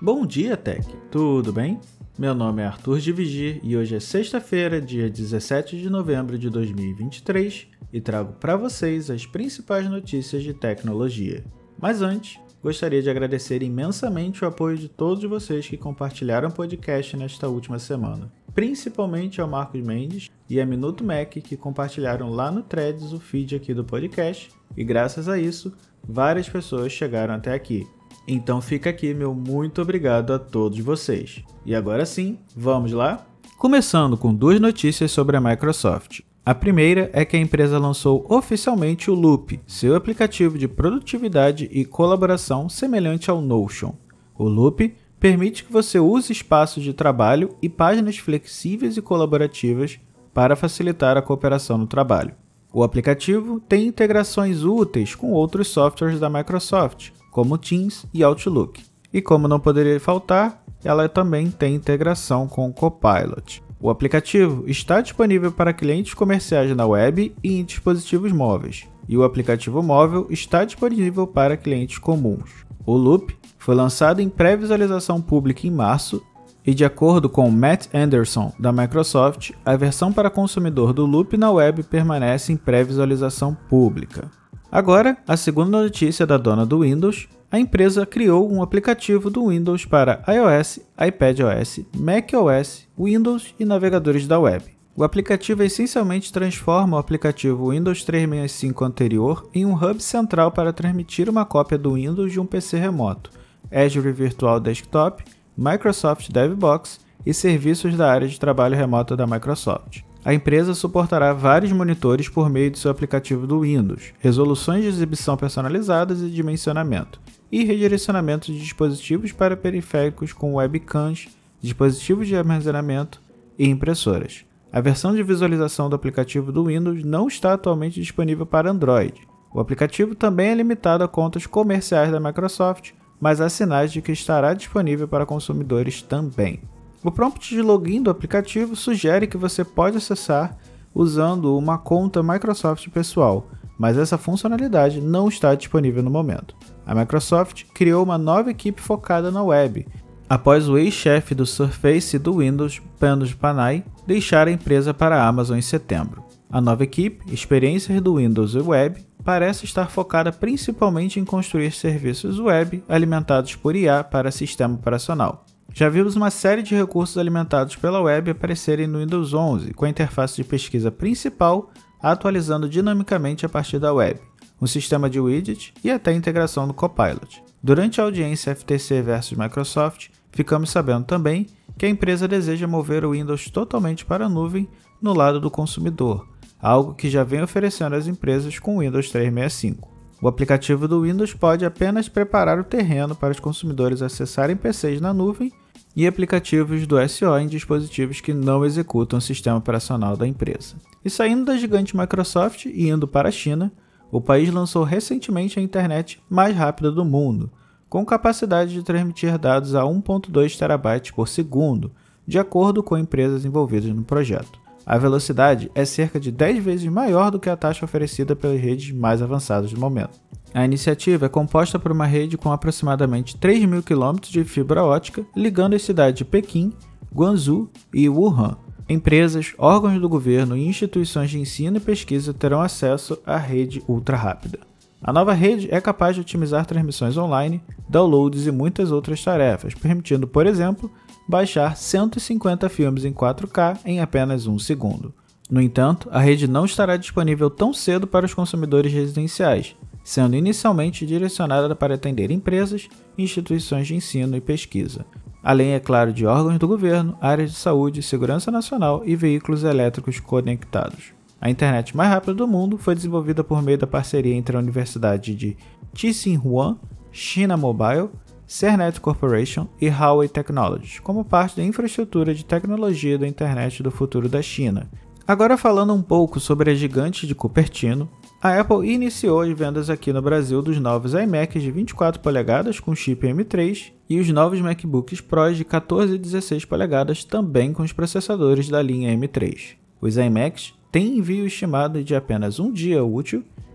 Bom dia, Tech! Tudo bem? Meu nome é Arthur de Vigir e hoje é sexta-feira, dia 17 de novembro de 2023 e trago para vocês as principais notícias de tecnologia. Mas antes, gostaria de agradecer imensamente o apoio de todos vocês que compartilharam o podcast nesta última semana, principalmente ao Marcos Mendes e a Minuto Mac que compartilharam lá no Threads o feed aqui do podcast e graças a isso, várias pessoas chegaram até aqui. Então fica aqui meu muito obrigado a todos vocês. E agora sim, vamos lá? Começando com duas notícias sobre a Microsoft. A primeira é que a empresa lançou oficialmente o Loop, seu aplicativo de produtividade e colaboração semelhante ao Notion. O Loop permite que você use espaços de trabalho e páginas flexíveis e colaborativas para facilitar a cooperação no trabalho. O aplicativo tem integrações úteis com outros softwares da Microsoft, como Teams e Outlook. E como não poderia faltar, ela também tem integração com o Copilot. O aplicativo está disponível para clientes comerciais na web e em dispositivos móveis, e o aplicativo móvel está disponível para clientes comuns. O Loop foi lançado em pré-visualização pública em março, e de acordo com Matt Anderson, da Microsoft, a versão para consumidor do Loop na web permanece em pré-visualização pública. Agora, a segunda notícia da dona do Windows, a empresa criou um aplicativo do Windows para iOS, iPadOS, macOS, Windows e navegadores da web. O aplicativo essencialmente transforma o aplicativo Windows 365 anterior em um hub central para transmitir uma cópia do Windows de um PC remoto, Azure Virtual Desktop, Microsoft DevBox e serviços da área de trabalho remota da Microsoft. A empresa suportará vários monitores por meio de seu aplicativo do Windows, resoluções de exibição personalizadas e dimensionamento, e redirecionamento de dispositivos para periféricos com webcams, dispositivos de armazenamento e impressoras. A versão de visualização do aplicativo do Windows não está atualmente disponível para Android. O aplicativo também é limitado a contas comerciais da Microsoft, mas há sinais de que estará disponível para consumidores também. O prompt de login do aplicativo sugere que você pode acessar usando uma conta Microsoft pessoal, mas essa funcionalidade não está disponível no momento. A Microsoft criou uma nova equipe focada na web, após o ex-chefe do Surface e do Windows, Panos Panay, deixar a empresa para a Amazon em setembro. A nova equipe, Experiências do Windows e Web, parece estar focada principalmente em construir serviços web alimentados por IA para sistema operacional. Já vimos uma série de recursos alimentados pela web aparecerem no Windows 11, com a interface de pesquisa principal atualizando dinamicamente a partir da web, um sistema de widget e até a integração do Copilot. Durante a audiência FTC versus Microsoft, ficamos sabendo também que a empresa deseja mover o Windows totalmente para a nuvem no lado do consumidor, algo que já vem oferecendo às empresas com o Windows 365. O aplicativo do Windows pode apenas preparar o terreno para os consumidores acessarem PCs na nuvem e aplicativos do SO em dispositivos que não executam o sistema operacional da empresa. E saindo da gigante Microsoft e indo para a China, o país lançou recentemente a internet mais rápida do mundo, com capacidade de transmitir dados a 1.2 TB por segundo, de acordo com empresas envolvidas no projeto. A velocidade é cerca de 10 vezes maior do que a taxa oferecida pelas redes mais avançadas do momento. A iniciativa é composta por uma rede com aproximadamente 3.000 km de fibra ótica ligando as cidades de Pequim, Guangzhou e Wuhan. Empresas, órgãos do governo e instituições de ensino e pesquisa terão acesso à rede ultra rápida. A nova rede é capaz de otimizar transmissões online, downloads e muitas outras tarefas, permitindo, por exemplo, baixar 150 filmes em 4K em apenas 1 segundo. No entanto, a rede não estará disponível tão cedo para os consumidores residenciais, sendo inicialmente direcionada para atender empresas, instituições de ensino e pesquisa, além, é claro, de órgãos do governo, áreas de saúde, segurança nacional e veículos elétricos conectados. A internet mais rápida do mundo foi desenvolvida por meio da parceria entre a Universidade de Tsinghua, China Mobile, Cernet Corporation e Huawei Technologies, como parte da infraestrutura de tecnologia da internet do futuro da China. Agora falando um pouco sobre a gigante de Cupertino, a Apple iniciou as vendas aqui no Brasil dos novos iMacs de 24 polegadas com chip M3 e os novos MacBooks Pro de 14 e 16 polegadas também com os processadores da linha M3. Os iMacs têm envio estimado de apenas um dia útil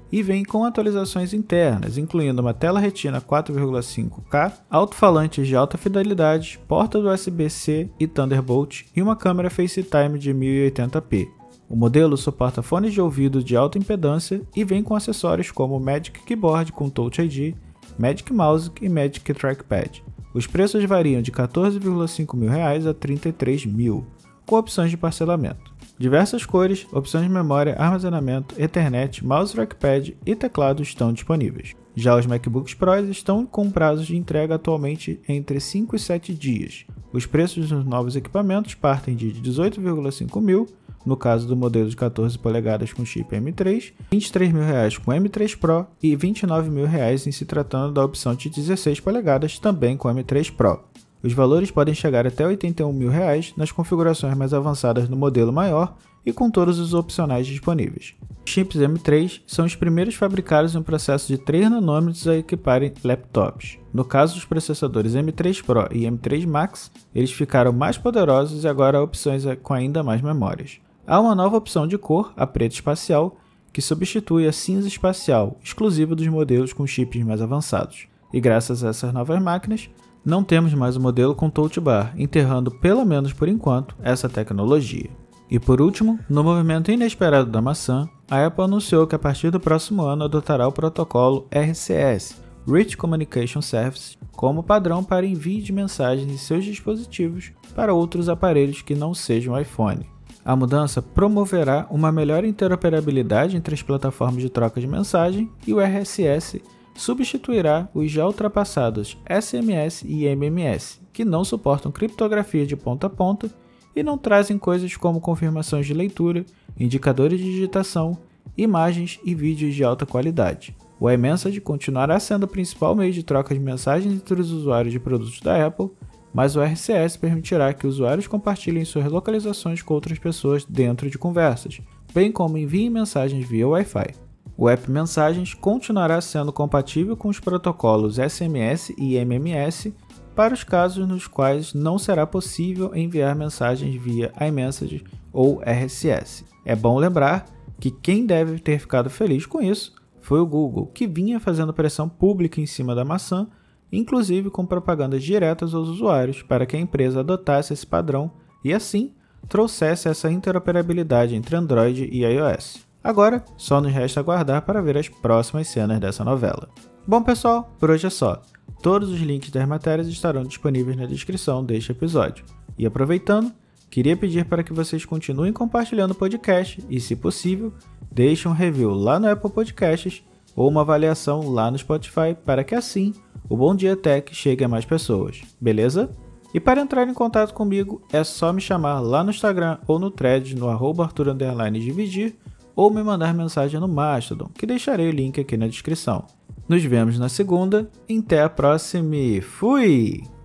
e vem com atualizações internas, incluindo uma tela Retina 4,5K, alto-falantes de alta fidelidade, porta do USB-C e Thunderbolt e uma câmera FaceTime de 1080p. O modelo suporta fones de ouvido de alta impedância e vem com acessórios como Magic Keyboard com Touch ID, Magic Mouse e Magic Trackpad. Os preços variam de R$ 14,5 mil a R$ 33 mil, com opções de parcelamento. Diversas cores, opções de memória, armazenamento, Ethernet, mouse trackpad e teclado estão disponíveis. Já os MacBooks Pro estão com prazos de entrega atualmente entre 5 e 7 dias. Os preços dos novos equipamentos partem de 18,5 mil, no caso do modelo de 14 polegadas com chip M3, R$ 23 mil com M3 Pro e R$ 29 mil em se tratando da opção de 16 polegadas também com M3 Pro. Os valores podem chegar até R$ 81 mil nas configurações mais avançadas no modelo maior e com todos os opcionais disponíveis. Os chips M3 são os primeiros fabricados em um processo de 3 nanômetros a equiparem laptops. No caso dos processadores M3 Pro e M3 Max, eles ficaram mais poderosos e agora há opções com ainda mais memórias. Há uma nova opção de cor, a preto espacial, que substitui a cinza espacial, exclusiva dos modelos com chips mais avançados. E graças a essas novas máquinas, não temos mais o modelo com Touch Bar, enterrando pelo menos por enquanto essa tecnologia. E por último, no movimento inesperado da maçã, a Apple anunciou que a partir do próximo ano adotará o protocolo RCS, Rich Communication Service, como padrão para envio de mensagens de seus dispositivos para outros aparelhos que não sejam iPhone. A mudança promoverá uma melhor interoperabilidade entre as plataformas de troca de mensagem e o RCS substituirá os já ultrapassados SMS e MMS, que não suportam criptografia de ponta a ponta e não trazem coisas como confirmações de leitura, indicadores de digitação, imagens e vídeos de alta qualidade. O iMessage continuará sendo o principal meio de troca de mensagens entre os usuários de produtos da Apple, mas o RCS permitirá que usuários compartilhem suas localizações com outras pessoas dentro de conversas, bem como enviem mensagens via Wi-Fi. O app Mensagens continuará sendo compatível com os protocolos SMS e MMS para os casos nos quais não será possível enviar mensagens via iMessage ou RCS. É bom lembrar que quem deve ter ficado feliz com isso foi o Google, que vinha fazendo pressão pública em cima da maçã, inclusive com propagandas diretas aos usuários para que a empresa adotasse esse padrão e assim trouxesse essa interoperabilidade entre Android e iOS. Agora, só nos resta aguardar para ver as próximas cenas dessa novela. Bom pessoal, por hoje é só. Todos os links das matérias estarão disponíveis na descrição deste episódio. E aproveitando, queria pedir para que vocês continuem compartilhando o podcast e, se possível, deixem um review lá no Apple Podcasts ou uma avaliação lá no Spotify para que assim o Bom Dia Tech chegue a mais pessoas, beleza? E para entrar em contato comigo é só me chamar lá no Instagram ou no thread no @Arthur_dividir ou me mandar mensagem no Mastodon, que deixarei o link aqui na descrição. Nos vemos na segunda, até a próxima e fui!